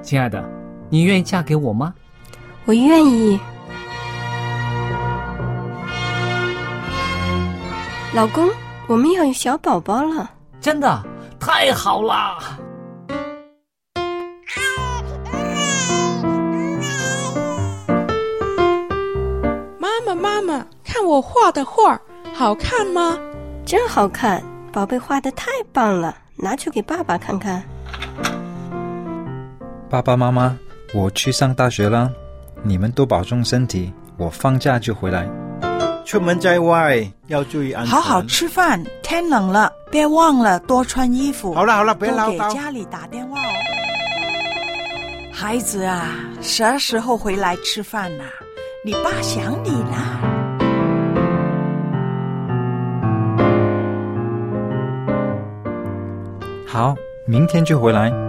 亲爱的，你愿意嫁给我吗？ 我愿意。老公，我们要有小宝宝了。 真的？太好了！ 妈妈，看我画的画，好看吗？ 真好看，宝贝画得太棒了，拿去给爸爸看看。 爸爸妈妈，我去上大学了，你们都保重身体，我放假就回来。 出门在外要注意安全。 好好吃饭，天冷了，别忘了多穿衣服。 好了，别唠叨。 多给家里打电话哦。孩子啊，啥时候回来吃饭啊？你爸想你啦。 好，明天就回来。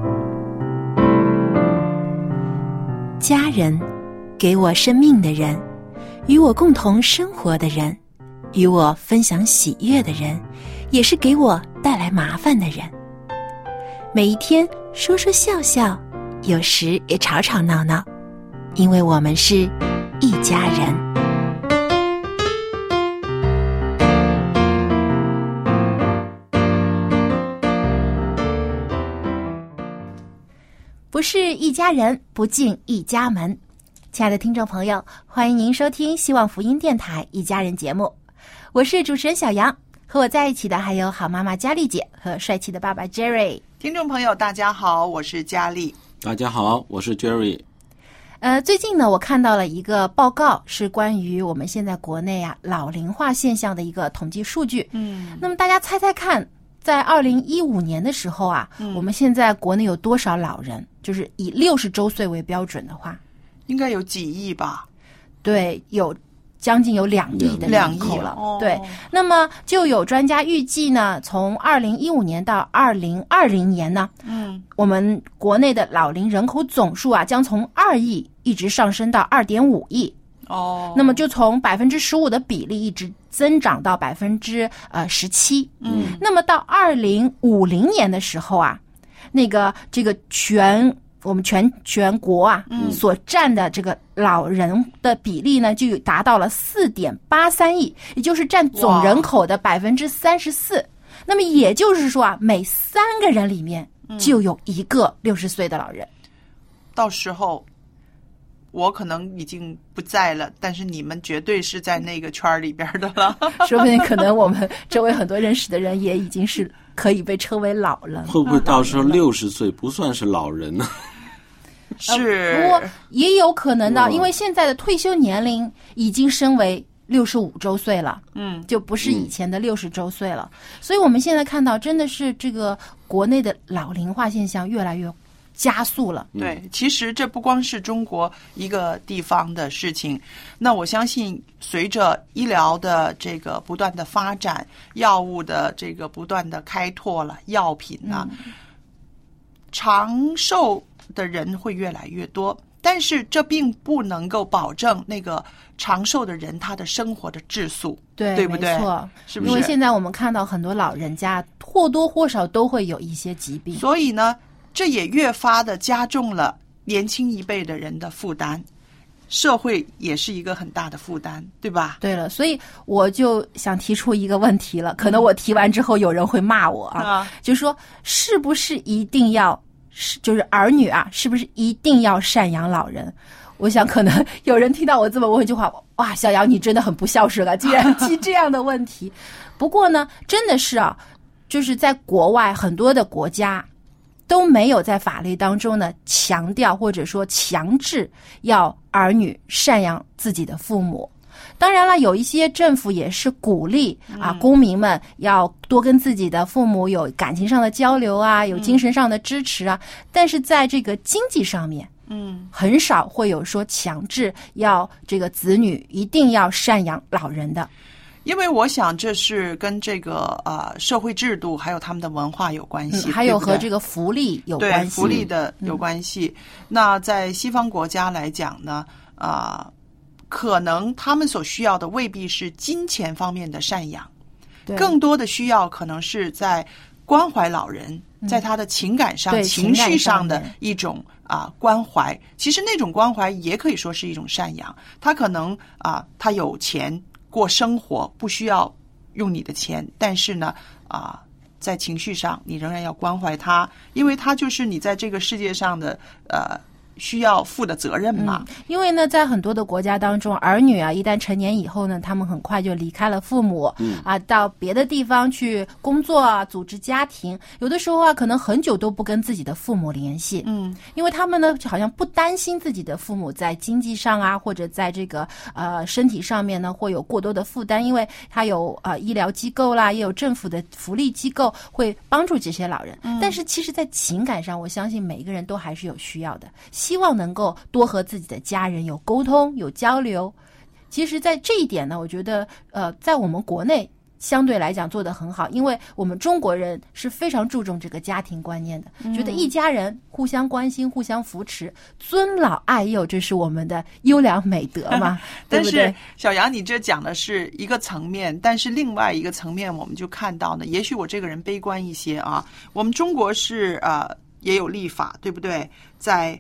家人，给我生命的人，与我共同生活的人，与我分享喜悦的人，也是给我带来麻烦的人。每一天说说笑笑，有时也吵吵闹闹，因为我们是一家人。不是一家人，不进一家门。亲爱的听众朋友，欢迎您收听希望福音电台一家人节目，我是主持人小杨，和我在一起的还有好妈妈佳丽姐和帅气的爸爸 Jerry。 听众朋友大家好，我是佳丽。 大家好，我是 Jerry。 最近呢，我看到了一个报告，是关于我们现在国内啊老龄化现象的一个统计数据。那么大家猜猜看，在2015年的时候啊，我们现在国内有多少老人？就是以60周岁为标准的话， 应该有几亿吧？ 对，有将近有2亿的人口了。对，那么就有专家预计呢，从2015年到2020年呢，我们国内的老龄人口总数啊，将从2亿一直上升到2.5亿。那么就从15%的比例一直增长到17%。那么到2050年的时候啊，这个我们全国啊，所占的这个老人的比例呢，就达到了4.83亿，也就是占总人口的34%。那么也就是说啊，每3个人里面就有1个60岁的老人。 到时候我可能已经不在了，但是你们绝对是在那个圈里边的了。 说不定可能我们周围很多认识的人也已经是可以被称为老了。 会不会到时候60岁不算是老人呢？ 是， 不过也有可能的，因为现在的退休年龄已经升为65周岁了，就不是以前的60周岁了。所以我们现在看到，真的是这个国内的老龄化现象越来越加速了。 对，其实这不光是中国一个地方的事情，那我相信随着医疗的这个不断的发展，药物的这个不断的开拓了，药品呢，长寿的人会越来越多，但是这并不能够保证那个长寿的人他的生活的质素，对不对？ 没错， 是不是？ 因为现在我们看到很多老人家或多或少都会有一些疾病， 所以呢，这也越发的加重了年轻一辈的人的负担，社会也是一个很大的负担，对吧？ 对了，所以我就想提出一个问题了，可能我提完之后有人会骂我啊，就说是不是一定要就是儿女啊，是不是一定要赡养老人？我想可能有人听到我这么问一句话，哇，小杨你真的很不孝顺啊，竟然提这样的问题。不过呢，真的是啊，就是在国外很多的国家都没有在法律当中呢强调或者说强制要儿女赡养自己的父母。当然了，有一些政府也是鼓励公民们要多跟自己的父母有感情上的交流啊，有精神上的支持啊，但是在这个经济上面很少会有说强制要这个子女一定要赡养老人的。 因为我想这是跟这个社会制度还有他们的文化有关系， 还有和这个福利有关系， 对，福利的有关系。那在西方国家来讲呢，可能他们所需要的未必是金钱方面的赡养，更多的需要可能是在关怀老人， 在他的情感上、 对情绪上的情感上一种关怀。其实那种关怀也可以说是一种赡养。他可能他有钱过生活，不需要用你的钱，但是呢在情绪上你仍然要关怀他，因为他就是你在这个世界上的需要负的责任嘛。 因为呢，在很多的国家当中，儿女一旦成年以后呢，他们很快就离开了父母，到别的地方去工作组织家庭。有的时候可能很久都不跟自己的父母联系，因为他们呢好像不担心自己的父母在经济上或者在这个身体上面呢会有过多的负担，因为他有医疗机构啦，也有政府的福利机构会帮助这些老人。但是其实在情感上，我相信每一个人都还是有需要的，希望能够多和自己的家人有沟通、有交流。其实在这一点呢，我觉得在我们国内相对来讲做得很好，因为我们中国人是非常注重这个家庭观念的，觉得一家人互相关心、互相扶持、尊老爱幼，这是我们的优良美德嘛。对不对？ 但是小杨，你这讲的是一个层面，但是另外一个层面我们就看到呢，也许我这个人悲观一些我们中国是也有立法，对不对？在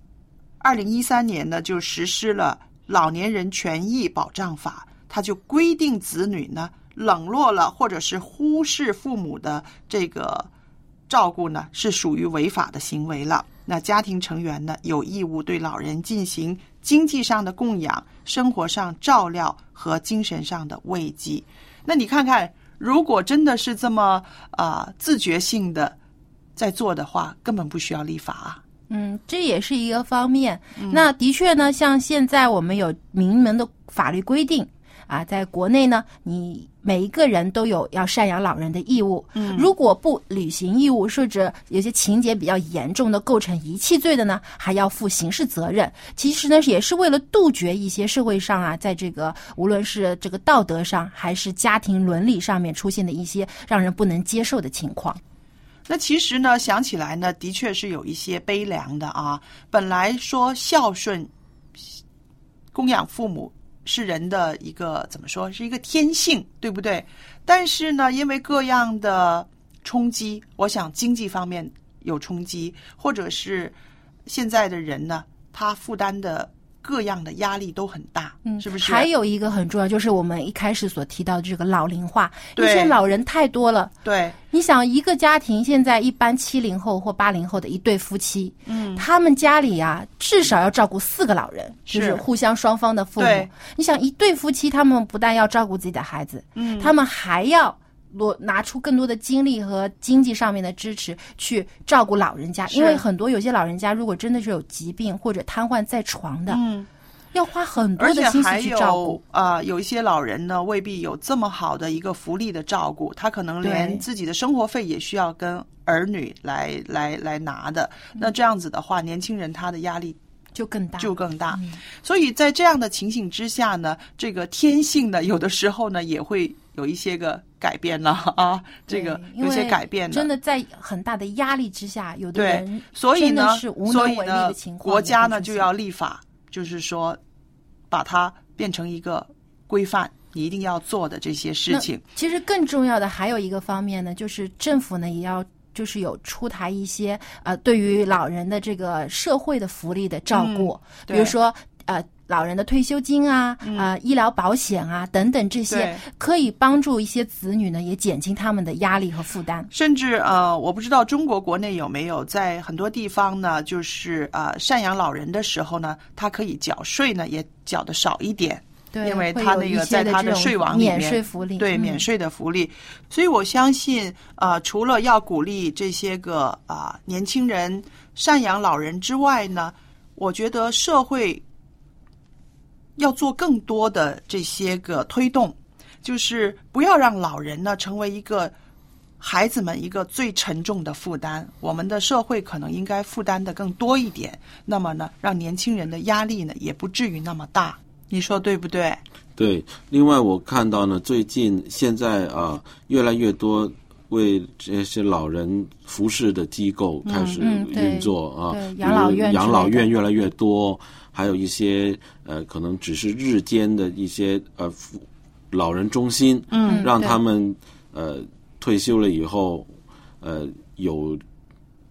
2013年呢，就实施了老年人权益保障法，它就规定子女呢冷落了或者是忽视父母的这个照顾呢，是属于违法的行为了。那家庭成员呢，有义务对老人进行经济上的供养、生活上照料和精神上的慰藉。那你看看，如果真的是这么自觉性的在做的话，根本不需要立法这也是一个方面。那的确呢，像现在我们有明文的法律规定在国内呢，你每一个人都有要赡养老人的义务。如果不履行义务，甚至有些情节比较严重的构成遗弃罪的呢，还要负刑事责任。其实呢，也是为了杜绝一些社会上在这个无论是这个道德上还是家庭伦理上面出现的一些让人不能接受的情况。 那其实呢，想起来呢，的确是有一些悲凉的本来说孝顺、供养父母是人的一个怎么说，是一个天性，对不对？但是呢，因为各样的冲击，我想经济方面有冲击，或者是现在的人呢，他负担的各样的压力都很大，是不是？ 还有一个很重要，就是我们一开始所提到的这个老龄化， 对， 现在老人太多了。 对， 你想一个家庭现在一般70后或80后的一对夫妻，他们家里至少要照顾4个老人，就是互相双方的父母。你想一对夫妻，他们不但要照顾自己的孩子，他们还要拿出更多的精力和经济上面的支持去照顾老人家，因为有些老人家如果真的是有疾病或者瘫痪在床的，要花很多的心思去照顾。 有一些老人呢，未必有这么好的一个福利的照顾，他可能连自己的生活费也需要跟儿女来拿的。那这样子的话，年轻人他的压力就更大。 所以在这样的情形之下呢，这个天性呢，有的时候呢也会有一些个改变了这个有些改变了。 真的在很大的压力之下，有的人真的是无能为力的情况。 国家呢就要立法，就是说把它变成一个规范，你一定要做的这些事情。 其实更重要的还有一个方面呢，就是政府呢也要就是有出台一些对于老人的这个社会的福利的照顾，比如说老人的退休金医疗保险等等，这些可以帮助一些子女呢也减轻他们的压力和负担。 甚至我不知道中国国内有没有，在很多地方呢，就是赡养老人的时候呢，他可以缴税呢也缴得少一点。 对， 因为他那个在他的税网里面， 免税福利， 对，免税的福利。所以我相信除了要鼓励这些个年轻人赡养老人之外呢，我觉得社会要做更多的这些个推动，就是不要让老人呢成为一个孩子们一个最沉重的负担。我们的社会可能应该负担的更多一点，那么呢，让年轻人的压力呢也不至于那么大。你说对不对？ 对。另外我看到呢，最近现在越来越多为这些老人服侍的机构开始运作养老院越来越多，还有一些可能只是日间的一些老人中心，让他们退休了以后有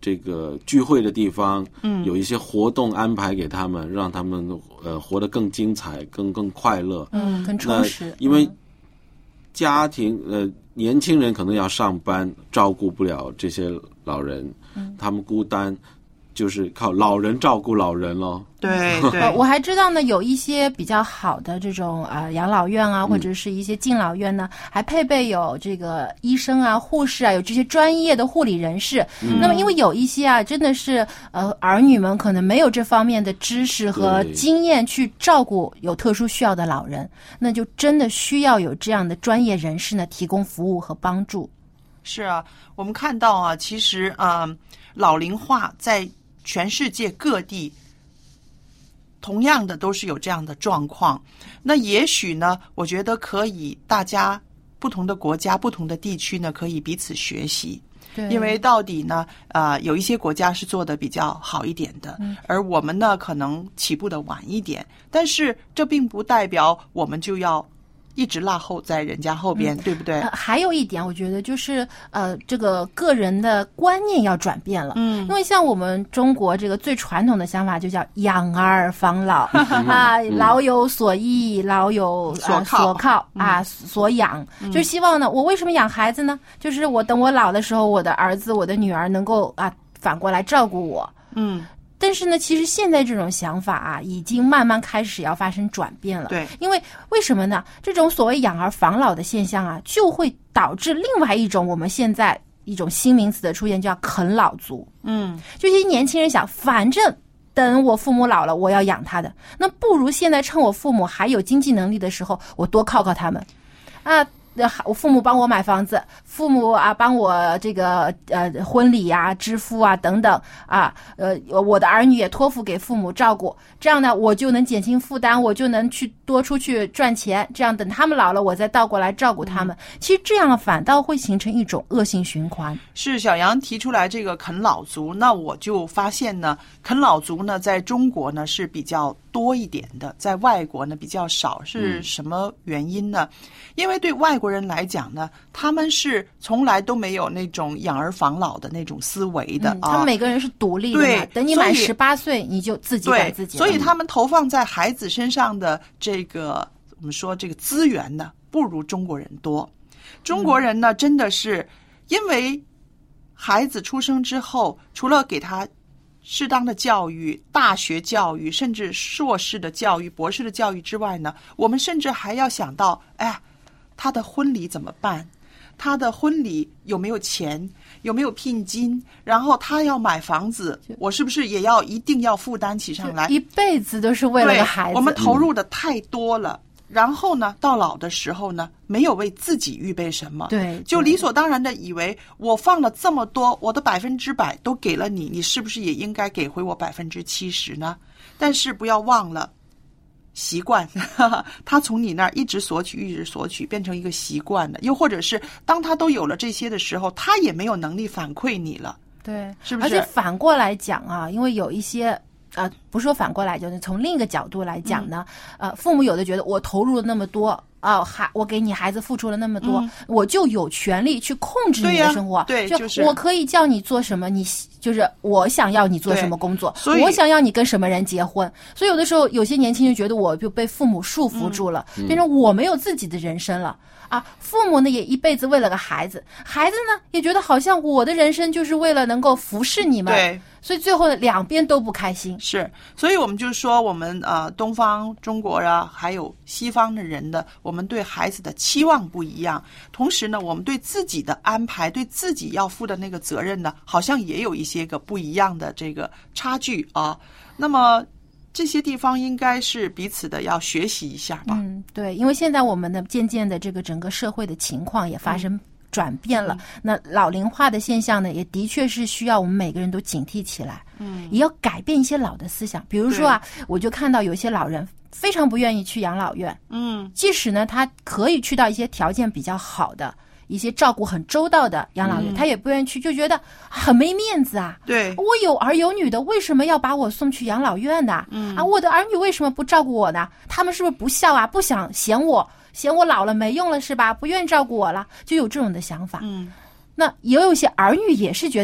这个聚会的地方，有一些活动安排给他们，让他们活得更精彩，更快乐， 更充实。 因为家庭年轻人可能要上班，照顾不了这些老人，他们孤单，就是靠老人照顾老人咯。 对对， 我还知道呢，有一些比较好的这种养老院啊，或者是一些敬老院呢，还配备有这个医生啊、护士啊，有这些专业的护理人士。那么因为有一些啊，真的是儿女们可能没有这方面的知识和经验去照顾有特殊需要的老人，那就真的需要有这样的专业人士呢提供服务和帮助。 是啊，我们看到啊，其实老龄化在全世界各地同样的都是有这样的状况。那也许呢，我觉得可以大家不同的国家不同的地区呢可以彼此学习。对，因为到底呢有一些国家是做的比较好一点的，而我们呢可能起步的晚一点，但是这并不代表我们就要一直落后在人家后边，对不对？ 还有一点，我觉得就是这个个人的观念要转变了。因为像我们中国这个最传统的想法就叫养儿防老老有所依，老有所靠所养，就是希望呢，我为什么养孩子呢？就是我等我老的时候，我的儿子、我的女儿能够反过来照顾我。但是呢，其实现在这种想法已经慢慢开始要发生转变了。 对， 因为什么呢？这种所谓养儿防老的现象就会导致另外一种我们现在一种新名词的出现，叫啃老族。就一些年轻人想，反正等我父母老了，我要养他的，那不如现在趁我父母还有经济能力的时候，我多靠靠他们我父母帮我买房子，父母帮我这个婚礼支付等等我的儿女也托付给父母照顾，这样呢我就能减轻负担，我就能去多出去赚钱，这样等他们老了我再倒过来照顾他们。其实这样反倒会形成一种恶性循环。 是小杨提出来这个啃老族，那我就发现呢，啃老族呢在中国呢是比较多一点的，在外国呢比较少。是什么原因呢？因为对外国人来讲呢，他们是从来都没有那种养儿防老的那种思维的他们每个人是独立的嘛，等你满18岁你就自己管自己了。 所以他们投放在孩子身上的这个我们说这个资源呢不如中国人多。中国人呢真的是因为孩子出生之后，除了给他适当的教育、大学教育，甚至硕士的教育、博士的教育之外呢，我们甚至还要想到他的婚礼怎么办，他的婚礼有没有钱，有没有聘金，然后他要买房子，我是不是也要一定要负担起上来， 一辈子都是为了个孩子。 我们投入的太多了，然后呢到老的时候呢没有为自己预备什么， 对， 就理所当然的以为我放了这么多，我的100%都给了你，你是不是也应该给回我70%呢？但是不要忘了习惯他从你那儿一直索取一直索取，变成一个习惯了。又或者是当他都有了这些的时候，他也没有能力反馈你了。 对， 是不是？ 而且反过来讲因为有一些不是说反过来，就是从另一个角度来讲呢，父母有的觉得我投入了那么多我给你孩子付出了那么多，我就有权利去控制你的生活。 对， 就是我可以叫你做什么，你就是我想要你做什么工作，我想要你跟什么人结婚。所以有的时候有些年轻人觉得我就被父母束缚住了，变成我没有自己的人生了。父母呢也一辈子为了个孩子，孩子呢也觉得好像我的人生就是为了能够服侍你们。 对， 所以最后两边都不开心。 是，所以我们就说我们东方中国还有西方的人的，我们对孩子的期望不一样，同时呢我们对自己的安排，对自己要负的那个责任呢好像也有一些个不一样的这个差距那么这些地方应该是彼此的要学习一下吧。 对，因为现在我们的渐渐的这个整个社会的情况也发生转变了，那老龄化的现象呢也的确是需要我们每个人都警惕起来，也要改变一些老的思想。比如说我就看到有些老人非常不愿意去养老院，即使呢他可以去到一些条件比较好的一些照顾很周到的养老院，他也不愿意去，就觉得很没面子对， 我有儿有女的，为什么要把我送去养老院呢？我的儿女为什么不照顾我呢？他们是不是不孝不想嫌我老了没用了是吧？不愿意照顾我了，就有这种的想法。那也有一些儿女也是觉得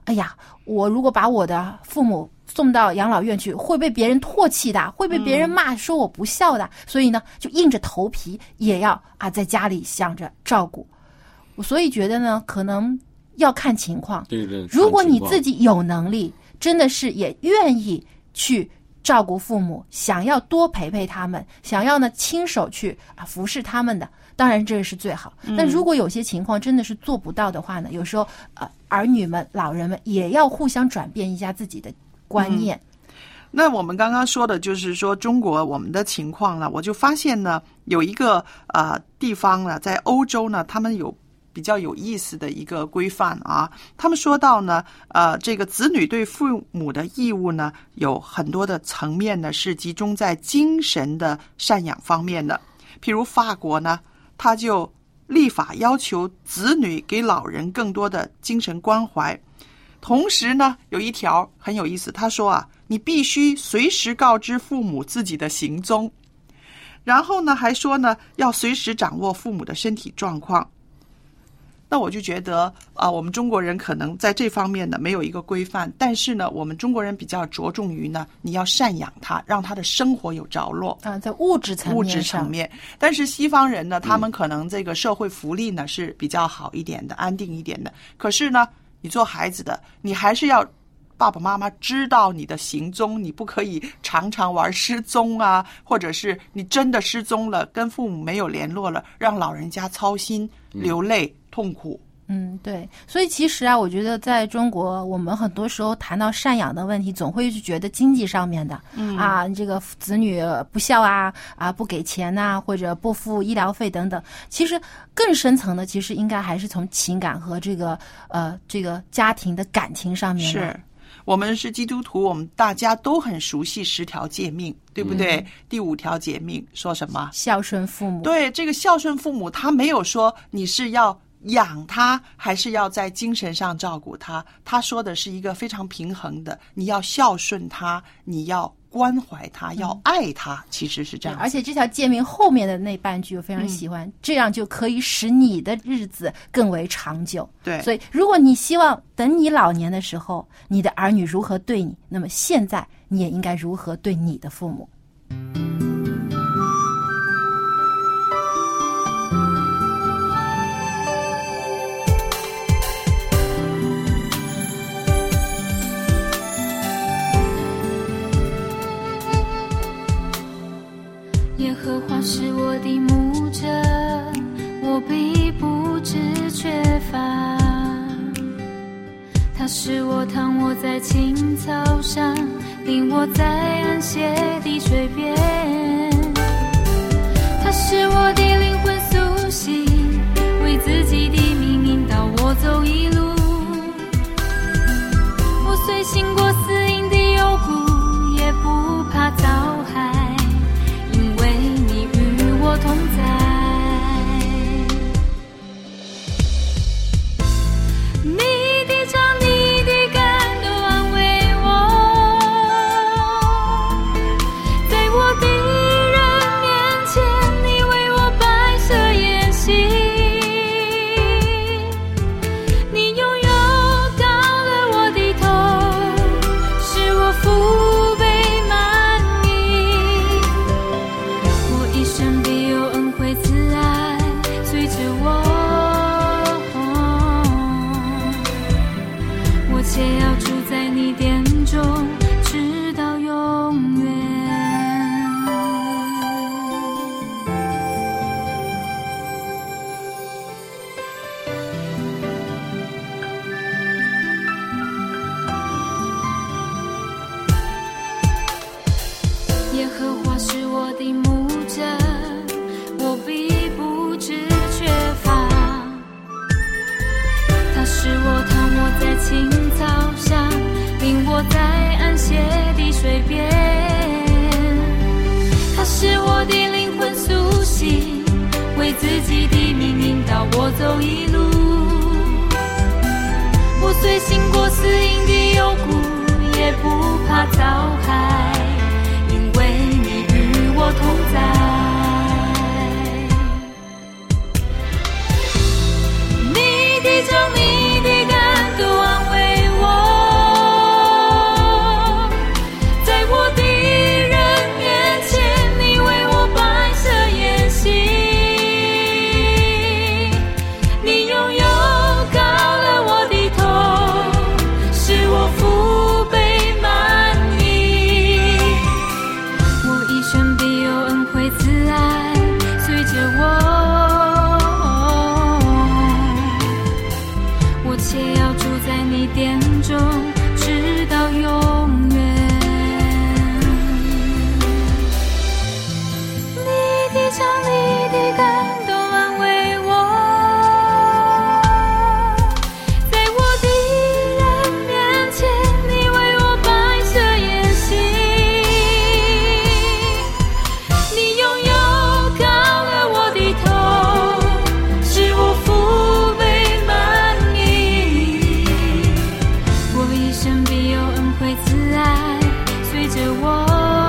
哎呀，我如果把我的父母送到养老院去，会被别人唾弃的，会被别人骂说我不孝的，所以呢，就硬着头皮也要在家里想着照顾。所以觉得呢，可能要看情况。 对， 如果你自己有能力，真的是也愿意去照顾父母，想要多陪陪他们，想要呢亲手去服侍他们的，当然这是最好。但如果有些情况真的是做不到的话呢，有时候儿女们、老人们也要互相转变一下自己的观念。 那我们刚刚说的就是说中国我们的情况了，我就发现呢，有一个地方呢，在欧洲呢，他们有比较有意思的一个规范啊。他们说到呢，这个子女对父母的义务呢，有很多的层面呢，是集中在精神的赡养方面的。譬如法国呢，他就立法要求子女给老人更多的精神关怀。同时呢，有一条很有意思，他说你必须随时告知父母自己的行踪，然后呢，还说呢，要随时掌握父母的身体状况。那我就觉得我们中国人可能在这方面呢没有一个规范，但是呢，我们中国人比较着重于呢，你要赡养他，让他的生活有着落在物质层面。 但是西方人呢，他们可能这个社会福利呢是比较好一点的，安定一点的。可是呢，你做孩子的，你还是要爸爸妈妈知道你的行踪，你不可以常常玩失踪或者是你真的失踪了，跟父母没有联络了，让老人家操心、流泪、痛苦。 对，所以其实我觉得在中国，我们很多时候谈到赡养的问题，总会去觉得经济上面的，这个子女不孝不给钱或者不付医疗费等等。其实更深层的，其实应该还是从情感和这个家庭的感情上面的。 是。我们是基督徒，我们大家都很熟悉10条诫命，对不对？第5条诫命说什么？ 孝顺父母。 对，这个孝顺父母，他没有说你是要养他，还是要在精神上照顾他。他说的是一个非常平衡的，你要孝顺他，你要关怀他，要爱他，其实是这样。 而且这条诫命后面的那半句我非常喜欢，这样就可以使你的日子更为长久。 对， 所以如果你希望等你老年的时候，你的儿女如何对你，那么现在你也应该如何对你的父母。 耶和华是我的牧者，我必不致缺乏。他使我躺卧在青草上，领我在安歇的水边。他使我的灵魂苏醒，为自己的名引导我走一路。我虽行过死荫的幽谷，也不怕遭害，因为你与我同在。你的杖，你的竿都安慰我，在我敌人面前，你为我摆设筵席。你用油膏了我的头，使我腹背满溢。我一生必有恩惠慈爱随着我，我且要住在你殿中，直到永远。耶和华是我的牧者，我必不致缺乏。他使我躺卧在青草上，领我在安歇的水边。他使我的灵魂苏醒，为自己的名引导我走一路。我虽行过死荫的幽谷，也不怕遭害，因为你与我同在。你的杖，你的竿都安慰我， 必有恩惠慈爱随着我，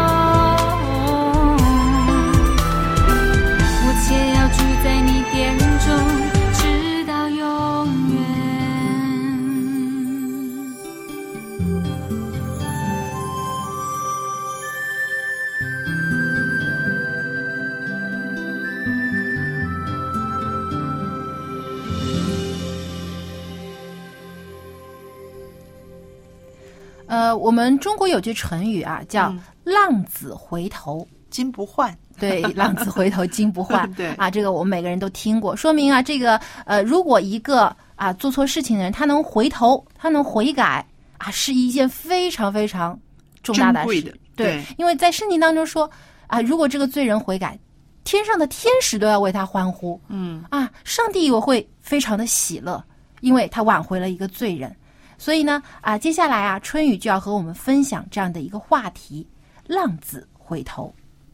我且要住在你殿中，直到永远。 我们中国有句成语啊，叫浪子回头， 金不换。 对，浪子回头金不换。 对啊，这个我们每个人都听过，说明啊，这个如果一个做错事情的人，他能回头，他能悔改啊，是一件非常非常重大的事。对，因为在圣经当中说啊，如果这个罪人悔改，天上的天使都要为他欢呼。上帝也会非常的喜乐，因为他挽回了一个罪人。所以呢，接下来春雨就要和我们分享这样的一个话题：浪子回头。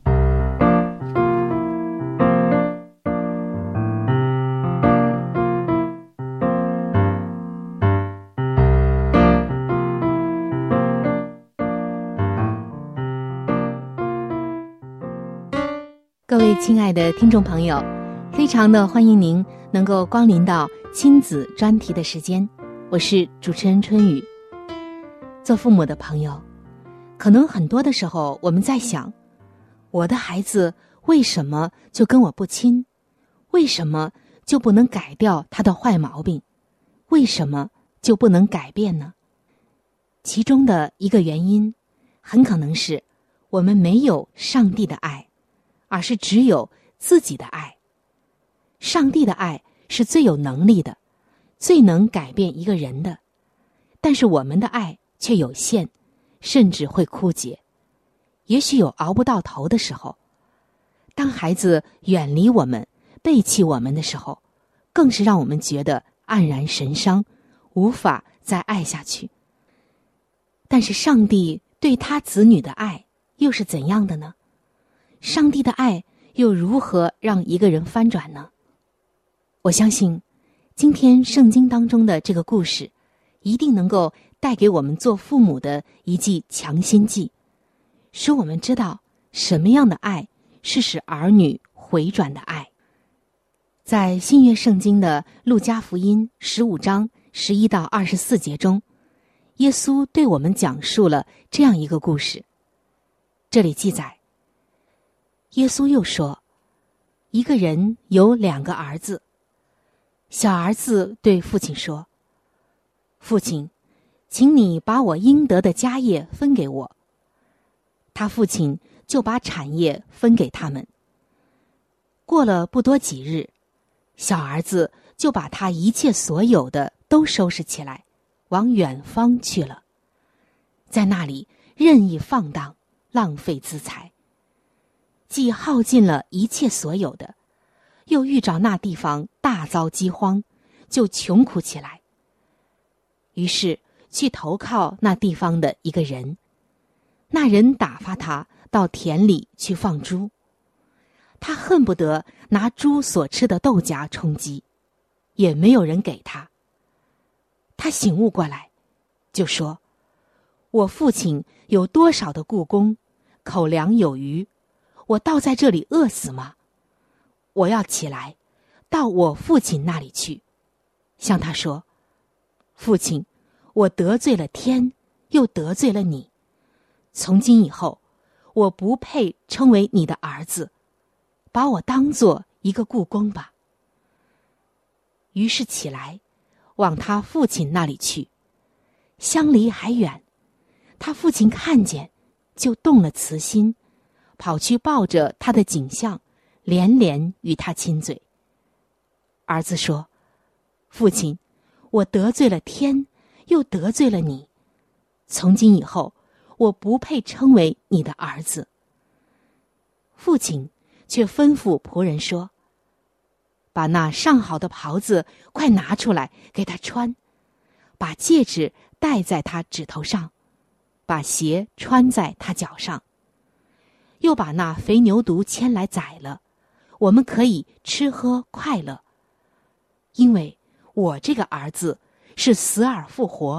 各位亲爱的听众朋友，非常的欢迎您能够光临到亲子专题的时间。我是主持人春雨。做父母的朋友，可能很多的时候我们在想，我的孩子为什么就跟我不亲？为什么就不能改掉他的坏毛病？为什么就不能改变呢？其中的一个原因，很可能是我们没有上帝的爱，而是只有自己的爱。上帝的爱是最有能力的，最能改变一个人的，但是我们的爱却有限，甚至会枯竭，也许有熬不到头的时候。当孩子远离我们，背弃我们的时候，更是让我们觉得黯然神伤，无法再爱下去。但是上帝对他子女的爱又是怎样的呢？上帝的爱又如何让一个人翻转呢？我相信今天圣经当中的这个故事一定能够带给我们做父母的一剂强心剂，使我们知道什么样的爱是使儿女回转的爱。在新约圣经的路加福音15章11到24节中，耶稣对我们讲述了这样一个故事。这里记载，耶稣又说，一个人有2个儿子，小儿子对父亲说，父亲，请你把我应得的家业分给我。他父亲就把产业分给他们。过了不多几日，小儿子就把他一切所有的都收拾起来，往远方去了，在那里任意放荡，浪费资财，既耗尽了一切所有的，又遇着那地方大遭饥荒，就穷苦起来。于是去投靠那地方的一个人，那人打发他到田里去放猪，他恨不得拿猪所吃的豆荚充饥，也没有人给他。他醒悟过来，就说，我父亲有多少的雇工，口粮有余，我倒在这里饿死吗？我要起来，到我父亲那里去，向他说，父亲，我得罪了天，又得罪了你，从今以后，我不配称为你的儿子，把我当作一个雇工吧。于是起来，往他父亲那里去，相离还远，他父亲看见，就动了慈心，跑去抱着他的颈项，连连与他亲嘴。儿子说，父亲，我得罪了天，又得罪了你，从今以后，我不配称为你的儿子。父亲却吩咐仆人说，把那上好的袍子快拿出来给他穿，把戒指戴在他指头上，把鞋穿在他脚上，又把那肥牛犊牵来宰了，我们可以吃喝快乐。因为我这个儿子是死而复活，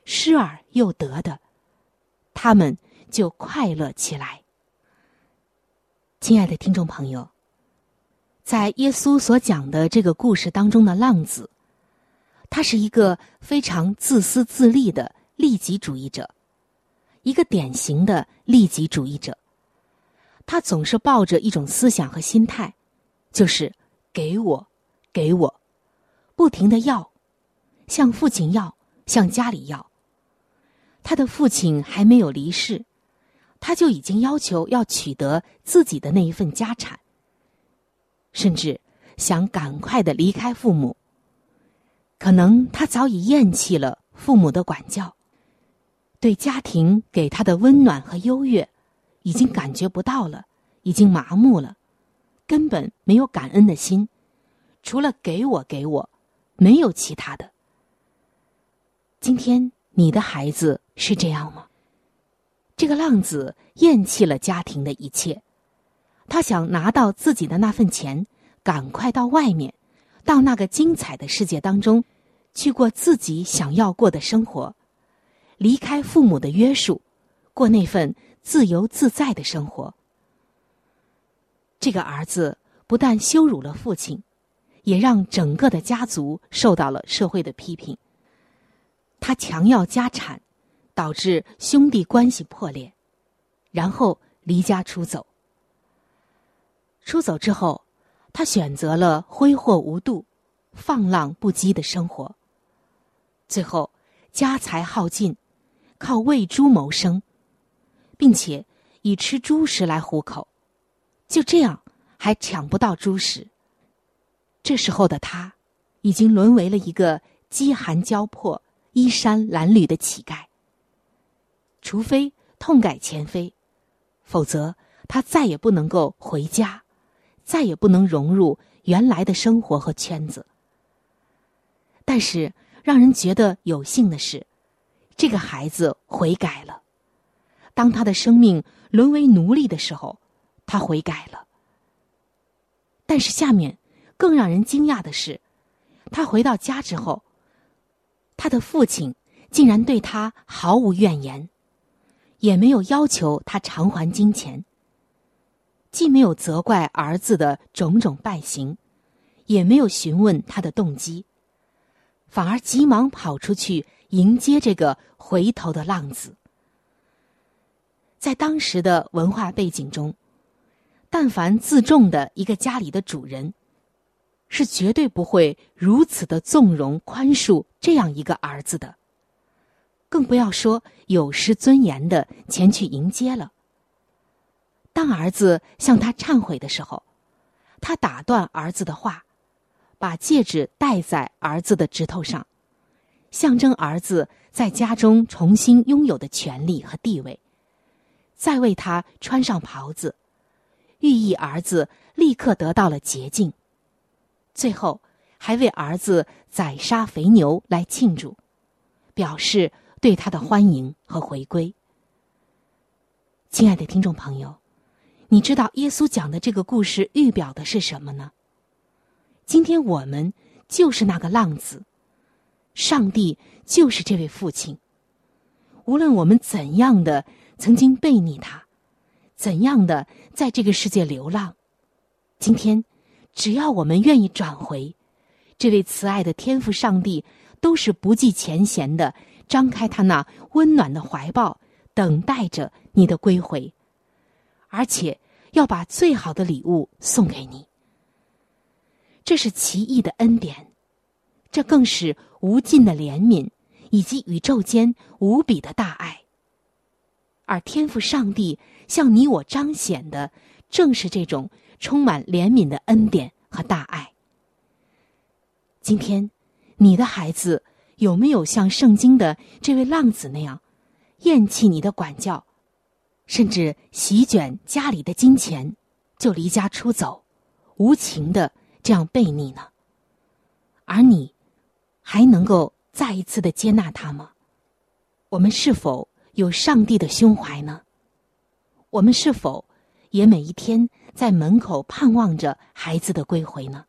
失而又得的，他们就快乐起来。亲爱的听众朋友，在耶稣所讲的这个故事当中的浪子，他是一个非常自私自利的利己主义者，一个典型的利己主义者。他总是抱着一种思想和心态，就是给我，给我，不停地要，向父亲要，向家里要。他的父亲还没有离世，他就已经要求要取得自己的那一份家产，甚至想赶快地离开父母。可能他早已厌弃了父母的管教，对家庭给他的温暖和优越已经感觉不到了，已经麻木了，根本没有感恩的心，除了给我给我，没有其他的。今天你的孩子是这样吗？这个浪子厌弃了家庭的一切，他想拿到自己的那份钱，赶快到外面，到那个精彩的世界当中，去过自己想要过的生活，离开父母的约束，过那份自由自在的生活。这个儿子不但羞辱了父亲，也让整个的家族受到了社会的批评。他强要家产，导致兄弟关系破裂，然后离家出走。出走之后，他选择了挥霍无度、放浪不羁的生活，最后家财耗尽，靠喂猪谋生，并且以吃猪食来糊口，就这样还抢不到猪食。这时候的他已经沦为了一个饥寒交迫、衣衫褴褛的乞丐。除非痛改前非，否则他再也不能够回家，再也不能融入原来的生活和圈子。但是让人觉得有幸的是，这个孩子悔改了。当他的生命沦为奴隶的时候，他悔改了。但是下面更让人惊讶的是，他回到家之后，他的父亲竟然对他毫无怨言，也没有要求他偿还金钱，既没有责怪儿子的种种败行，也没有询问他的动机，反而急忙跑出去迎接这个回头的浪子。在当时的文化背景中，但凡自重的一个家里的主人，是绝对不会如此的纵容宽恕这样一个儿子的，更不要说有失尊严的前去迎接了。当儿子向他忏悔的时候，他打断儿子的话，把戒指戴在儿子的指头上，象征儿子在家中重新拥有的权利和地位，再为他穿上袍子，寓意儿子立刻得到了洁净。最后还为儿子宰杀肥牛来庆祝，表示对他的欢迎和回归。亲爱的听众朋友，你知道耶稣讲的这个故事预表的是什么呢？今天我们就是那个浪子，上帝就是这位父亲。无论我们怎样的曾经背逆他，怎样的在这个世界流浪，今天只要我们愿意转回，这位慈爱的天父上帝都是不计前嫌的张开他那温暖的怀抱，等待着你的归回，而且要把最好的礼物送给你。这是奇异的恩典，这更是无尽的怜悯，以及宇宙间无比的大爱。而天父上帝向你我彰显的，正是这种充满怜悯的恩典和大爱。今天你的孩子有没有像圣经的这位浪子那样，厌弃你的管教，甚至席卷家里的金钱，就离家出走，无情的这样背逆呢？而你还能够再一次的接纳他吗？我们是否有上帝的胸怀呢？我们是否也每一天在门口盼望着孩子的归回呢？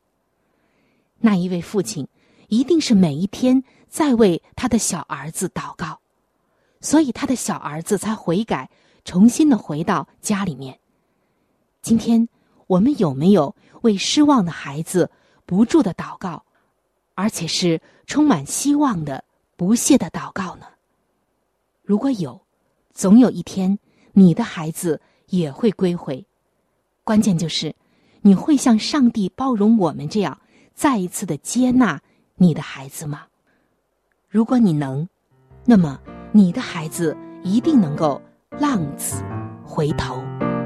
那一位父亲一定是每一天在为他的小儿子祷告， 所以他的小儿子才悔改，重新的回到家里面。今天我们有没有为失望的孩子不住的祷告，而且是充满希望的不懈的祷告呢？如果有，总有一天你的孩子也会归回。关键就是你会像上帝包容我们这样再一次的接纳你的孩子吗？如果你能，那么你的孩子一定能够浪子回头。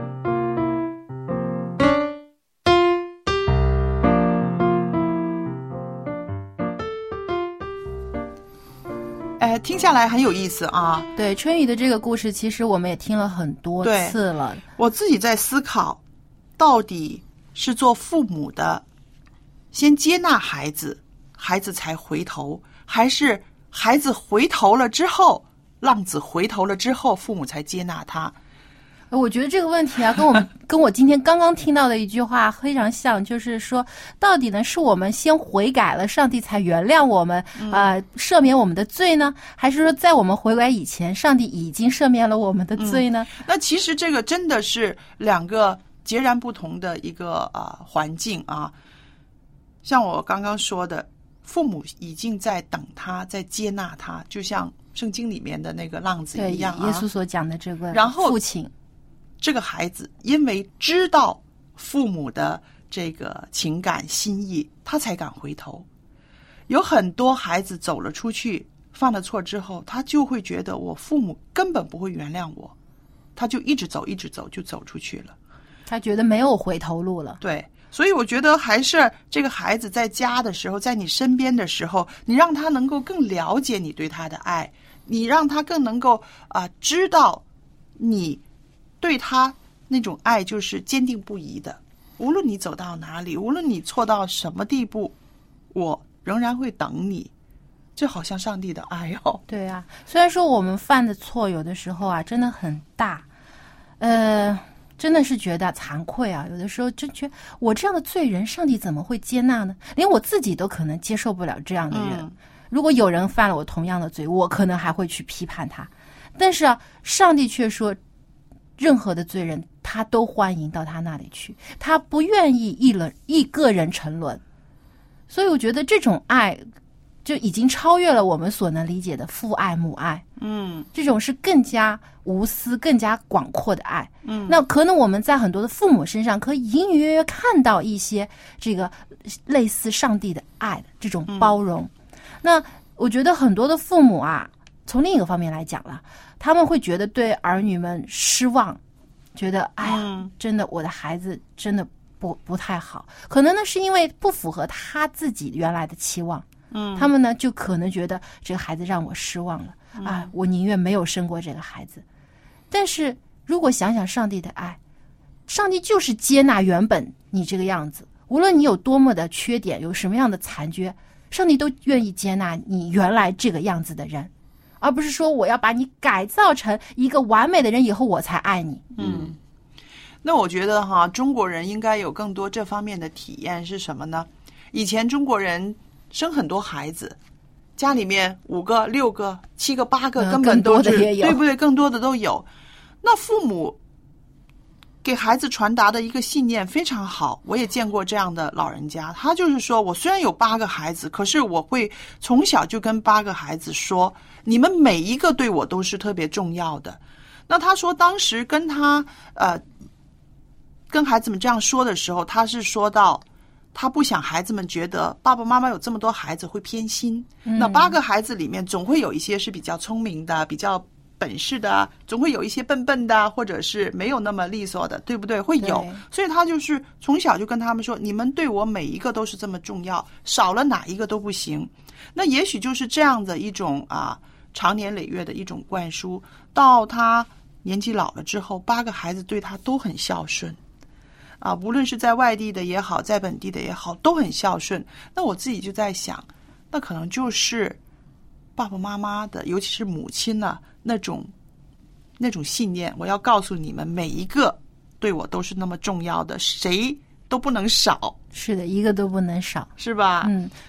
听下来很有意思啊。 对，春雨的这个故事其实我们也听了很多次了。 我自己在思考，到底是做父母的先接纳孩子，孩子才回头，还是孩子回头了之后，浪子回头了之后，父母才接纳他？ 我觉得这个问题啊，跟我今天刚刚听到的一句话非常像，就是说，到底呢是我们先悔改了，上帝才原谅我们，赦免我们的罪呢，还是说在我们悔改以前，上帝已经赦免了我们的罪呢？ 那其实这个真的是两个截然不同的一个环境啊。像我刚刚说的，父母已经在等他，在接纳他，就像圣经里面的那个浪子一样耶稣所讲的这个然后父亲。 这个孩子因为知道父母的这个情感心意，他才敢回头。有很多孩子走了出去，犯了错之后，他就会觉得我父母根本不会原谅我，他就一直走一直走，就走出去了， 他觉得没有回头路了。 对，所以我觉得还是这个孩子在家的时候，在你身边的时候，你让他能够更了解你对他的爱，你让他更能够知道你对他那种爱就是坚定不移的，无论你走到哪里，无论你错到什么地步，我仍然会等你。这好像上帝的爱哦。 对啊，虽然说我们犯的错有的时候啊真的很大，真的是觉得惭愧啊。有的时候真觉得我这样的罪人，上帝怎么会接纳呢？连我自己都可能接受不了这样的人。如果有人犯了我同样的罪，我可能还会去批判他。但是啊，上帝却说，任何的罪人他都欢迎到他那里去，他不愿意一个人沉沦。所以我觉得这种爱就已经超越了我们所能理解的父爱母爱。这种是更加无私更加广阔的爱。那可能我们在很多的父母身上可以隐隐约约看到一些这个类似上帝的爱的这种包容。那我觉得很多的父母啊，从另一个方面来讲了，他们会觉得对儿女们失望，觉得哎呀，真的我的孩子真的不太好，可能呢是因为不符合他自己原来的期望。他们呢就可能觉得这个孩子让我失望了，我宁愿没有生过这个孩子。但是如果想想上帝的爱，上帝就是接纳原本你这个样子，无论你有多么的缺点，有什么样的残缺，上帝都愿意接纳你原来这个样子的人，而不是说我要把你改造成一个完美的人以后我才爱你。 那我觉得中国人应该有更多这方面的体验是什么呢？以前中国人生很多孩子，家里面5个、6个、7个、8个，根本都是，对不对？更多的都有。那父母给孩子传达的一个信念非常好，我也见过这样的老人家，他就是说，我虽然有8个孩子，可是我会从小就跟8个孩子说，你们每一个对我都是特别重要的。那他说当时跟他跟孩子们这样说的时候，他是说到他不想孩子们觉得爸爸妈妈有这么多孩子会偏心。那8个孩子里面总会有一些是比较聪明的，比较本事的，总会有一些笨笨的，或者是没有那么利索的，对不对？会有。所以他就是从小就跟他们说，你们对我每一个都是这么重要，少了哪一个都不行。那也许就是这样的一种长年累月的一种灌输，到他年纪老了之后，8个孩子对他都很孝顺无论是在外地的也好，在本地的也好，都很孝顺。那我自己就在想，那可能就是爸爸妈妈的，尤其是母亲呢，那种信念，我要告诉你们，每一个对我都是那么重要的，谁都不能少。 是的，一个都不能少， 是吧？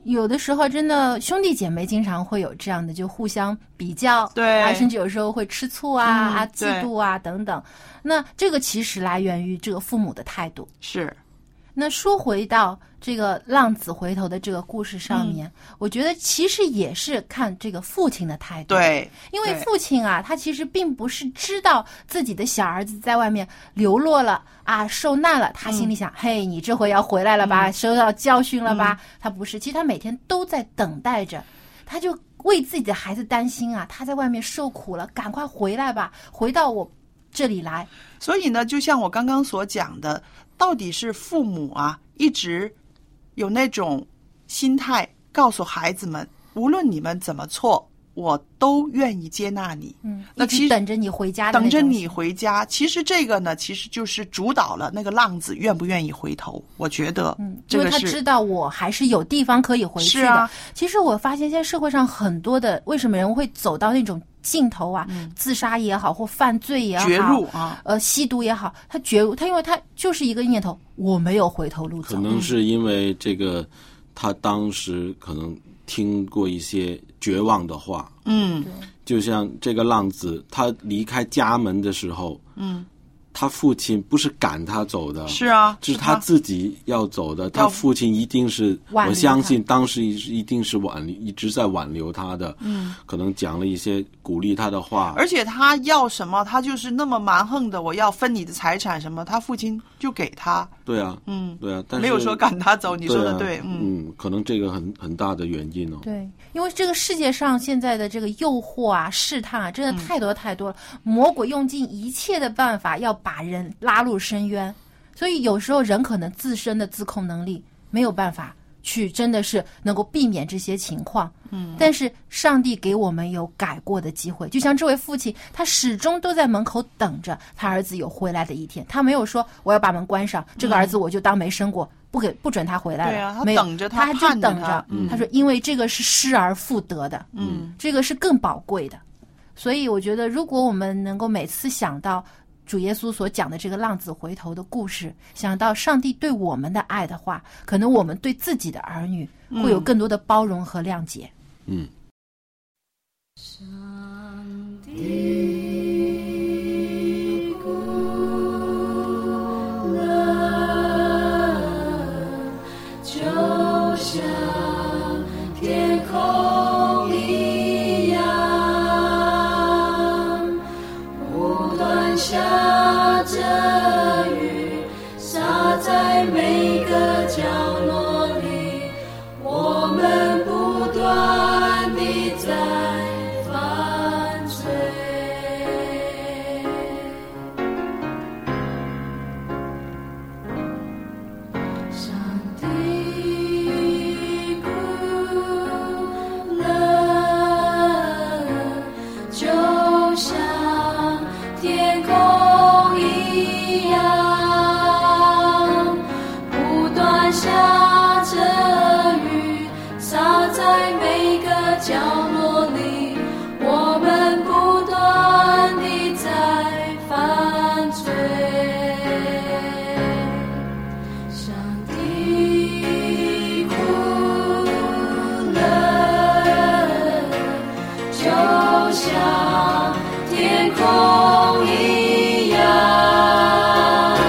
有的时候真的兄弟姐妹经常会有这样的，就互相比较， 对啊，甚至有时候会吃醋啊、嫉妒啊等等。那这个其实来源于这个父母的态度。 是。 那说回到这个浪子回头的这个故事上面，我觉得其实也是看这个父亲的态度。 对， 因为父亲啊，他其实并不是知道自己的小儿子在外面流落了啊，受难了，他心里想，嘿，你这回要回来了吧，受到教训了吧？他不是，其实他每天都在等待着，他就为自己的孩子担心啊，他在外面受苦了，赶快回来吧，回到我这里来。 所以呢，就像我刚刚所讲的，到底是父母啊一直有那种心态告诉孩子们，无论你们怎么错，我都愿意接纳你。 那其实等着你回家的那种， 等着你回家。其实这个呢，其实就是主导了那个浪子愿不愿意回头。我觉得， 因为他知道我还是有地方可以回去的。 是啊， 其实我发现现在社会上很多的，为什么人会走到那种尽头啊？自杀也好，或犯罪也好， 绝路啊， 吸毒也好，他绝路，他因为他就是一个念头，我没有回头路走。 可能是因为这个，他当时可能听过一些绝望的话，就像这个浪子，他离开家门的时候，他父亲不是赶他走的， 是啊， 这是他自己要走的。他父亲一定是，我相信当时一定是一直在挽留他的，可能讲了一些鼓励他的话。 而且他要什么，他就是那么蛮横的，我要分你的财产什么，他父亲就给他。 对啊，对啊，但是没有说赶他走，你说的对， 可能这个很大的原因哦。 对，因为这个世界上现在的这个诱惑啊、试探啊，真的太多太多了。魔鬼用尽一切的办法要把人拉入深渊，所以有时候人可能自身的自控能力没有办法去真的是能够避免这些情况。但是上帝给我们有改过的机会，就像这位父亲，他始终都在门口等着他儿子有回来的一天，他没有说我要把门关上，这个儿子我就当没生过，不准他回来了。对啊，他等着他就等着。他说因为这个是失而复得的，这个是更宝贵的。所以我觉得如果我们能够每次想到主耶稣所讲的这个浪子回头的故事，想到上帝对我们的爱的话，可能我们对自己的儿女会有更多的包容和谅解。 上帝孤冷，就像天空一样，不断下着雨，洒在每个角落里，我们不断地在犯罪。上帝孤冷，就像天空一样，不断下着雨，洒在每个角落里，我们不断地在犯罪。上帝哭了，就像天空一样，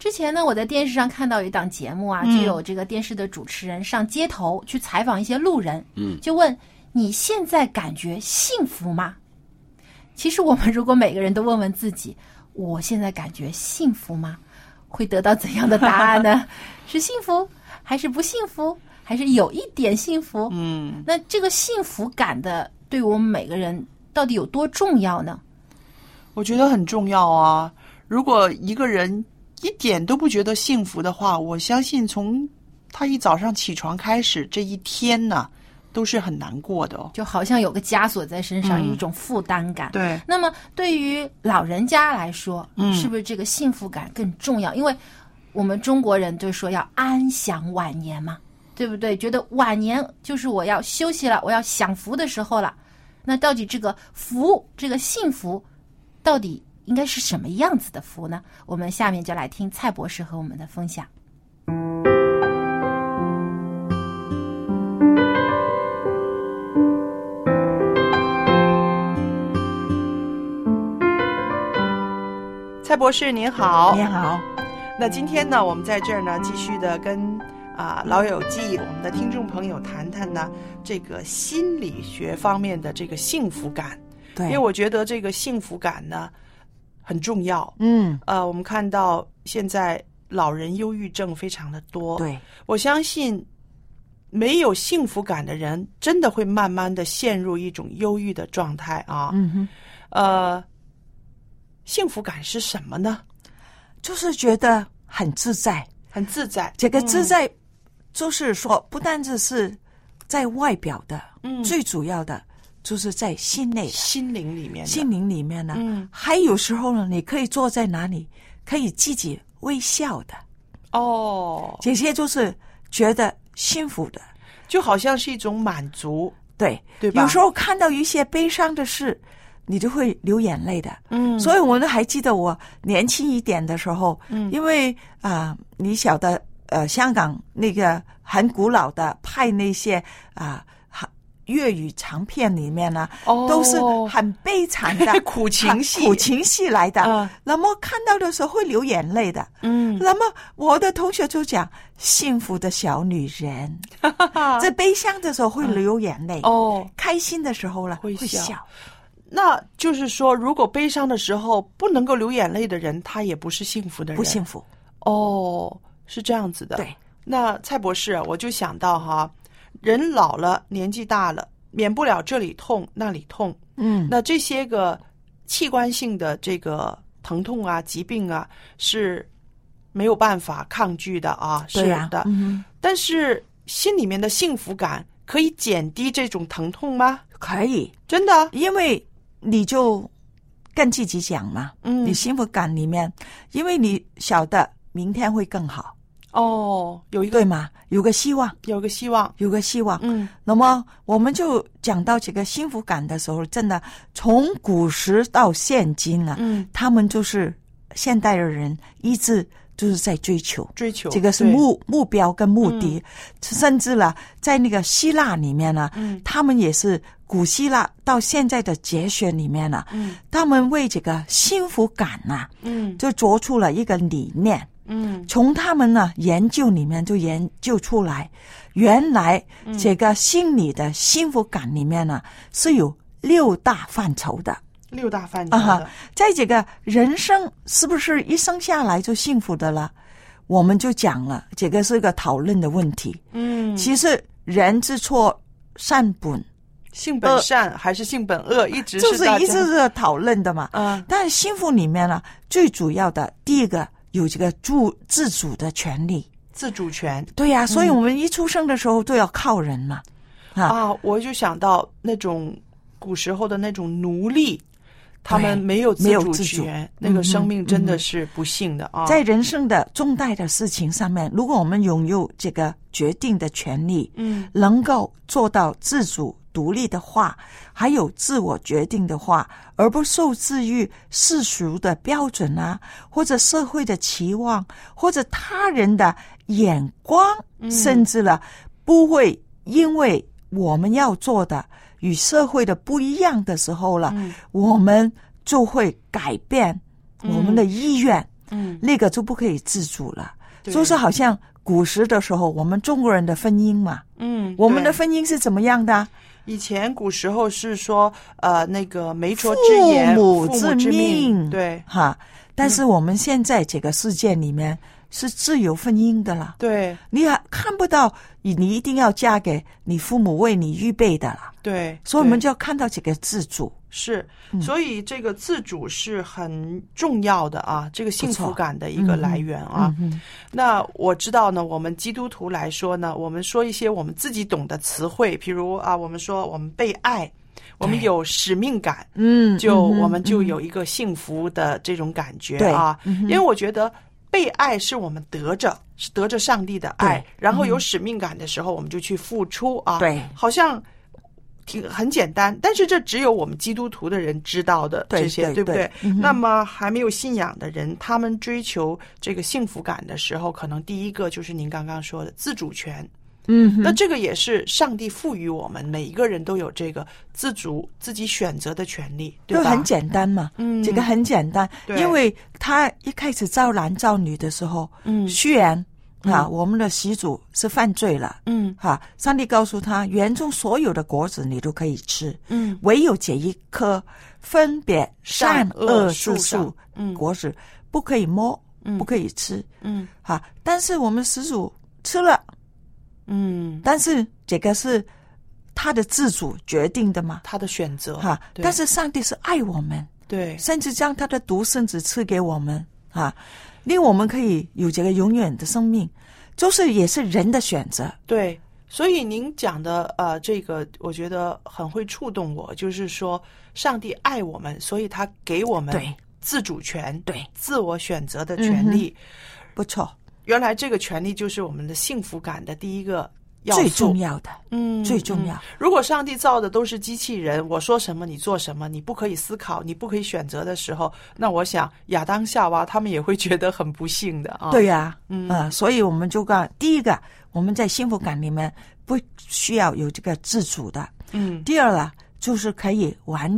之前呢，我在电视上看到一档节目啊，就有这个电视的主持人上街头去采访一些路人，就问你现在感觉幸福吗？其实我们如果每个人都问问自己，我现在感觉幸福吗？会得到怎样的答案呢？是幸福还是不幸福？还是有一点幸福？那这个幸福感的对我们每个人到底有多重要呢？ 我觉得很重要啊。如果一个人一点都不觉得幸福的话，我相信从他一早上起床开始，这一天呢都是很难过的哦， 就好像有个枷锁在身上，一种负担感。 对。 那么对于老人家来说，是不是这个幸福感更重要？因为我们中国人就说要安享晚年嘛，对不对？觉得晚年就是我要休息了，我要享福的时候了。那到底这个福，这个幸福，到底应该是什么样子的福呢？我们下面就来听蔡博士和我们的分享。 蔡博士您好。 您好。 那今天呢，我们在这儿呢，继续的跟老友记我们的听众朋友谈谈呢这个心理学方面的这个幸福感。 对， 因为我觉得这个幸福感呢很重要。我们看到现在老人忧郁症非常的多。 对， 我相信没有幸福感的人真的会慢慢的陷入一种忧郁的状态啊。幸福感是什么呢？ 就是觉得很自在， 很自在。 这个自在就是说不单只是在外表的，最主要的就是在心内的， 心灵里面的。 心灵里面呢，还有时候呢，你可以坐在哪里可以自己微笑的。这些就是觉得幸福的， 就好像是一种满足。 对吧？ 有时候看到一些悲伤的事，你就会流眼泪的。所以我呢还记得我年轻一点的时候，因为你晓得香港那个很古老的拍那些粤语长片里面呢，都是很悲惨的苦情戏来的。那么看到的时候会流眼泪的。那么我的同学就讲，幸福的小女人在悲伤的时候会流眼泪，开心的时候呢会笑。 那就是说，如果悲伤的时候不能够流眼泪的人，他也不是幸福的人。 不幸福。 是这样子的。 对。 那蔡博士，我就想到哈，人老了，年纪大了，免不了这里痛那里痛。那这些个器官性的这个疼痛啊、疾病啊，是没有办法抗拒的啊。 对啊。 是的。但是心里面的幸福感可以减低这种疼痛吗？ 可以， 真的。 因为你就跟自己讲嘛，你幸福感里面，因为你晓得明天会更好。有一个对吗？有个希望。那么我们就讲到这个幸福感的时候，真的从古时到现今啊，他们就是现代的人一直就是在追求这个是目标跟目的。甚至了在那个希腊里面呢，他们也是古希腊到现在的哲学里面呢，他们为这个幸福感啊，就做出了一个理念。从他们呢研究里面就研究出来，原来这个心理的幸福感里面呢是有6大范畴的。在这个人生是不是一生下来就幸福的了？我们就讲了，这个是一个讨论的问题。其实人之错善本， 性本善还是性本恶，一直是讨论的嘛。但是幸福里面呢，最主要的第一个有这个自主的权利， 自主权。 对呀，所以我们一出生的时候都要靠人嘛。 我就想到那种古时候的那种奴隶，他们没有自主权，那个生命真的是不幸的啊。 在人生的重大的事情上面，如果我们拥有这个决定的权利，能够做到自主独立的话，还有自我决定的话，而不受制于世俗的标准啊，或者社会的期望，或者他人的眼光，甚至了不会因为我们要做的与社会的不一样的时候了，我们就会改变我们的意愿， 那个就不可以自主了。就是好像古时的时候，我们中国人的婚姻嘛，我们的婚姻是怎么样的？ 以前古时候是说，那个媒妁之言，父母之命，对哈。但是我们现在这个世界里面是自由婚姻的了， 对， 你还看不到你一定要嫁给你父母为你预备的了， 对， 所以我们就要看到这个自主。 是，所以这个自主是很重要的啊，这个幸福感的一个来源啊。那我知道呢，我们基督徒来说呢，我们说一些我们自己懂的词汇，譬如啊，我们说我们被爱，我们有使命感，我们就有一个幸福的这种感觉啊。因为我觉得被爱是我们得着上帝的爱，然后有使命感的时候，我们就去付出啊。 对， 好像很简单，但是这只有我们基督徒的人知道的这些， 对不对？那么还没有信仰的人，他们追求这个幸福感的时候，可能第一个就是您刚刚说的自主权。那这个也是上帝赋予我们每一个人都有这个自主自己选择的权利，对吧？ 就很简单嘛，这个很简单，因为他一开始造男造女的时候，虽然我们的始祖是犯罪了，上帝告诉他，园中所有的果子你都可以吃，唯有这一颗分别善恶之树果子不可以摸，不可以吃，但是我们始祖吃了，但是这个是他的自主决定的嘛， 他的选择但是上帝是爱我们， 对， 甚至将他的独生子赐给我们令我们可以有这个永远的生命，就是也是人的选择。 对，所以您讲的这个我觉得很会触动我，就是说上帝爱我们，所以他给我们自主权，对，自我选择的权利。 不错， 原来这个权利就是我们的幸福感的第一个要素， 最重要的，最重要。 如果上帝造的都是机器人，我说什么你做什么，你不可以思考，你不可以选择的时候，那我想亚当夏娃他们也会觉得很不幸的啊。 对呀，所以我们就讲，第一个，我们在幸福感里面不需要有这个自主的，第二个就是可以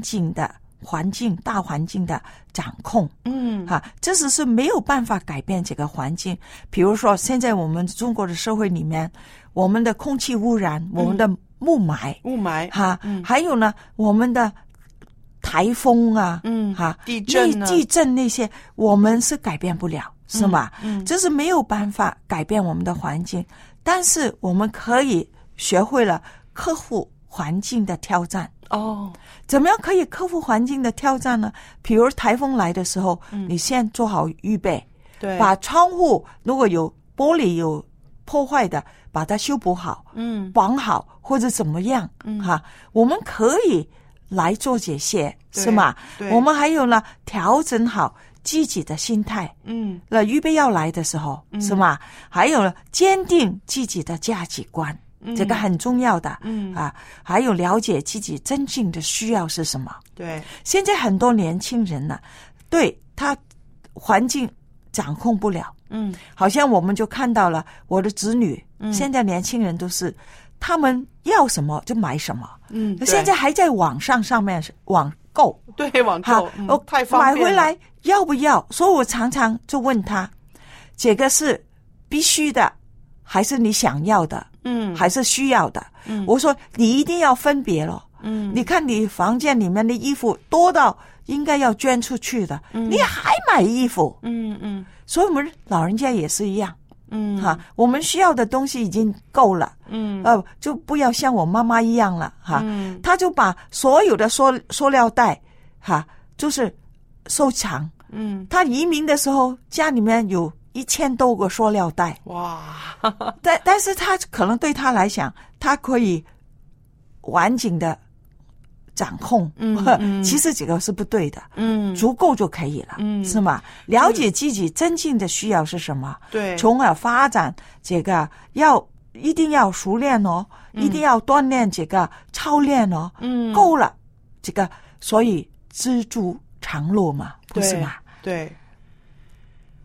大环境的掌控，这只是没有办法改变这个环境。比如说现在我们中国的社会里面，我们的空气污染，我们的雾霾还有呢我们的台风地震那些我们是改变不了，是吗？这是没有办法改变我们的环境，但是我们可以学会了克服环境的挑战。怎么样可以克服环境的挑战呢？比如台风来的时候，你先做好预备， 对， 把窗户如果有玻璃有破坏的，把它修补好，绑好或者怎么样，我们可以来做这些，是吗？我们还有呢，调整好自己的心态，预备要来的时候，是吗？还有呢，坚定自己的价值观。这个很重要的，还有了解自己真正的需要是什么。 对， 现在很多年轻人呢，对他环境掌控不了，好像我们就看到了我的子女，现在年轻人都是他们要什么就买什么，现在还在网上面网购， 对，网购，太方便了， 买回来要不要？所以我常常就问他，这个是必须的，还是你想要的？还是需要的。我说你一定要分别了。你看你房间里面的衣服多到应该要捐出去的，你还买衣服。所以我们老人家也是一样。我们需要的东西已经够了。就不要像我妈妈一样了。她就把所有的塑料袋就是收藏。她移民的时候家里面有1000多个塑料袋， 哇！ 但是他可能对他来讲，他可以完整的掌控，其实这个是不对的，足够就可以了，是吗？了解自己真正的需要是什么， 对， 从而发展这个一定要熟练哦，一定要锻炼这个操练哦，够了，这个所以知足常乐嘛，不是吗？ 对。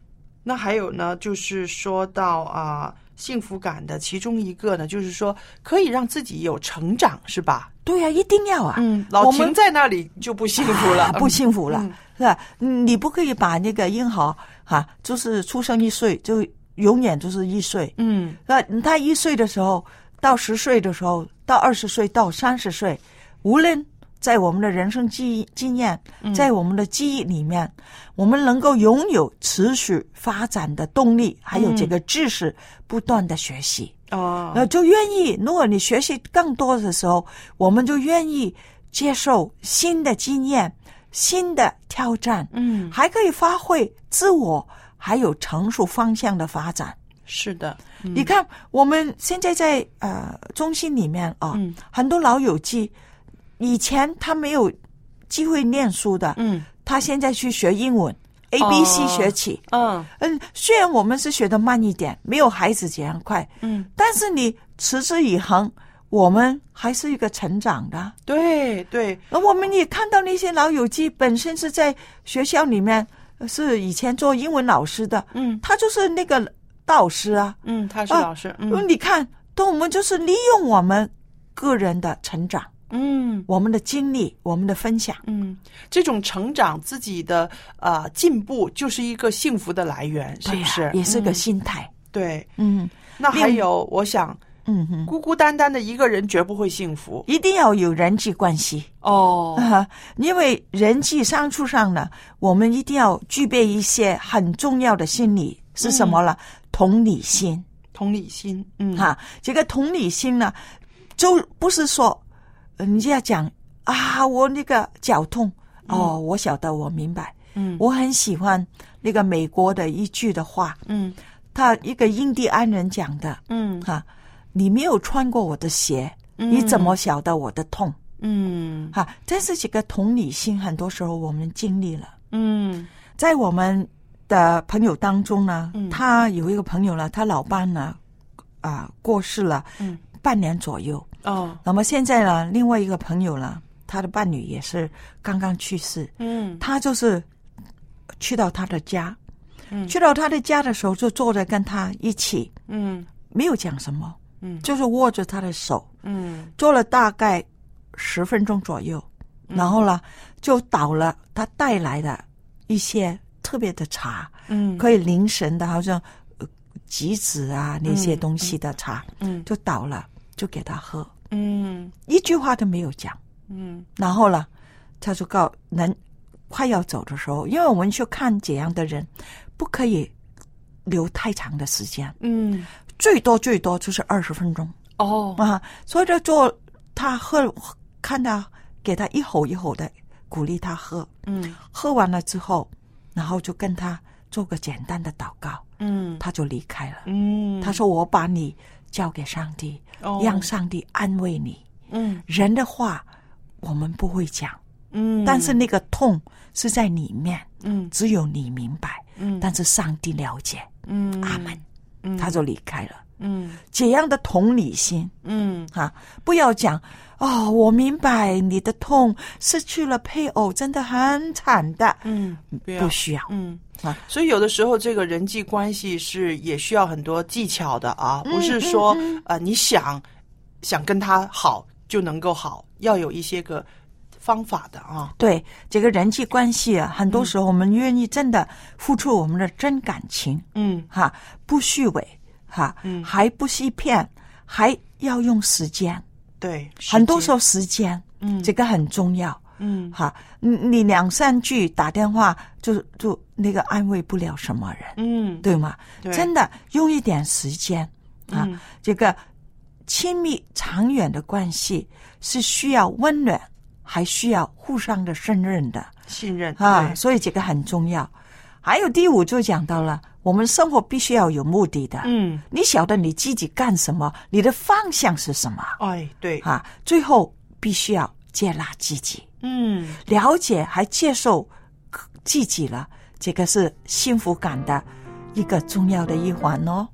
那还有呢，就是说到幸福感的其中一个呢，就是说可以让自己有成长，是吧？ 对呀，一定要啊。 老停在那里就不幸福了， 不幸福了，是吧？你不可以把那个婴孩就是出生1岁就永远就是1岁。他1岁的时候到10岁的时候到20岁到30岁，无论在我们的人生经验，在我们的记忆里面，我们能够拥有持续发展的动力，还有这个知识不断的学习。就愿意，如果你学习更多的时候，我们就愿意接受新的经验、新的挑战，还可以发挥自我，还有成熟方向的发展。 是的， 你看我们现在在中心里面很多老友记，以前他没有机会念书的，他现在去学英文，ABC 学起。虽然我们是学得慢一点，没有孩子这样快，但是你持之以恒，我们还是一个成长的。 对对， 而我们也看到那些老友记本身是在学校里面是以前做英文老师的，他就是那个导师啊， 他是老师， 你看，我们就是利用我们个人的成长。我们的经历，我们的分享， 这种成长自己的进步，就是一个幸福的来源，是不是？ 也是个心态。 对，那还有，我想，孤孤单单的一个人绝不会幸福， 一定要有人际关系因为人际相处上呢，我们一定要具备一些很重要的心理是什么了？同理心， 同理心， 这个同理心呢，就不是说。你就要讲我那个脚痛我晓得，我明白。我很喜欢那个美国的一句的话，他一个印第安人讲的，你没有穿过我的鞋，你怎么晓得我的痛？但是这个同理心很多时候我们经历了。在我们的朋友当中呢，他有一个朋友呢，他老伴呢过世了半年左右。那么现在呢，另外一个朋友呢，他的伴侣也是刚刚去世。他就是去到他的家，去到他的家的时候，就坐着跟他一起，没有讲什么，就是握着他的手，坐了大概10分钟左右，然后呢，就倒了他带来的一些特别的茶，可以凝神的，好像杞子那些东西的茶，就倒了。就给他喝，一句话都没有讲，然后呢，他就快要走的时候，因为我们去看这样的人，不可以留太长的时间，最多就是20分钟，所以就他看他给他一口一口的鼓励他喝，喝完了之后，然后就跟他做个简单的祷告，他就离开了，他说我把你交给上帝，让上帝安慰你。人的话我们不会讲，但是那个痛是在里面，只有你明白，但是上帝了解。阿们。他就离开了。这样的同理心，不要讲我明白你的痛，失去了配偶真的很惨的，不需要。 所以有的时候这个人际关系也需要很多技巧的不是说你想跟他好就能够好，要有一些个方法的对，这个人际关系很多时候我们愿意真的付出我们的真感情，不虚伪，还不欺骗，还要用时间。 对， 很多时候时间，这个很重要。你2-3句打电话就那个安慰不了什么人，对吗？ 对， 真的用一点时间这个亲密长远的关系是需要温暖，还需要互相的信任所以这个很重要。还有第5就讲到了，我们生活必须要有目的的。你晓得你自己干什么，你的方向是什么？ 对最后必须要接纳自己，了解还接受自己了，这个是幸福感的一个重要的一环哦。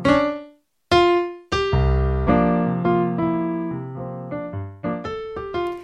觉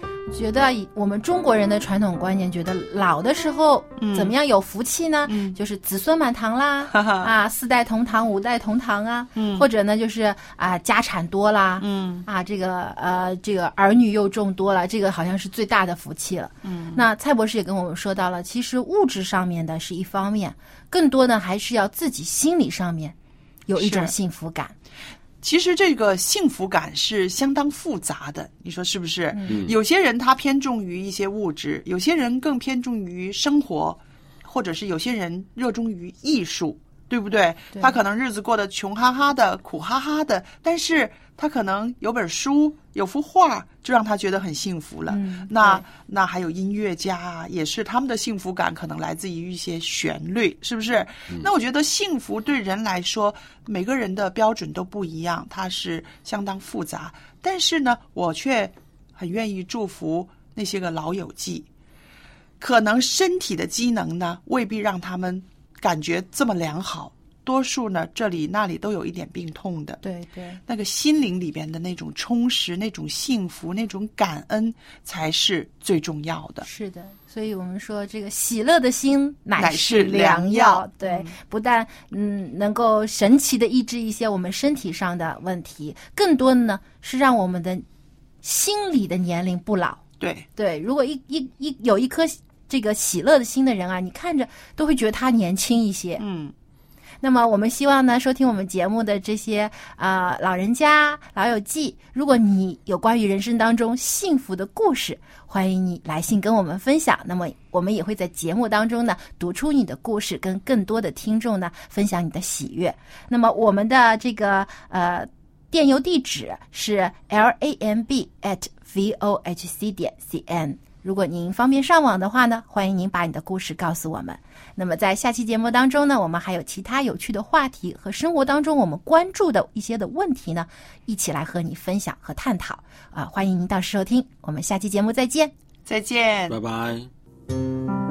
觉得我们中国人的传统观念觉得老的时候怎么样有福气呢？就是子孙满堂啦，4代同堂5代同堂啊，或者呢就是家产多啦，这个儿女又众多了，这个好像是最大的福气了。那蔡博士也跟我们说到了，其实物质上面的是一方面，更多的还是要自己心理上面有一种幸福感。 其实这个幸福感是相当复杂的，你说是不是？有些人他偏重于一些物质，有些人更偏重于生活，或者是有些人热衷于艺术，对不对？他可能日子过得穷哈哈的苦哈哈的，但是他可能有本书有幅画就让他觉得很幸福了。那还有音乐家啊，也是他们的幸福感可能来自于一些旋律，是不是？那我觉得幸福对人来说每个人的标准都不一样，它是相当复杂，但是呢我却很愿意祝福那些个老友记，可能身体的机能呢未必让他们感觉这么良好，多数呢这里那里都有一点病痛的。 对对， 那个心灵里边的那种充实，那种幸福，那种感恩才是最重要的。 是的，所以我们说这个喜乐的心乃是良药。对，不但能够神奇的医治一些我们身体上的问题，更多的呢是让我们的心理的年龄不老。 对对，如果有一颗这个喜乐的心的人啊，你看着都会觉得他年轻一些。那么我们希望呢，收听我们节目的这些老人家老友记，如果你有关于人生当中幸福的故事，欢迎你来信跟我们分享。那么我们也会在节目当中呢读出你的故事，跟更多的听众呢分享你的喜悦。那么我们的这个电邮地址是 lamb@vohc.cn。如果您方便上网的话呢，欢迎您把你的故事告诉我们。那么在下期节目当中呢，我们还有其他有趣的话题和生活当中我们关注的一些的问题呢，一起来和你分享和探讨。欢迎您到时收听，我们下期节目再见。 再见， 拜拜。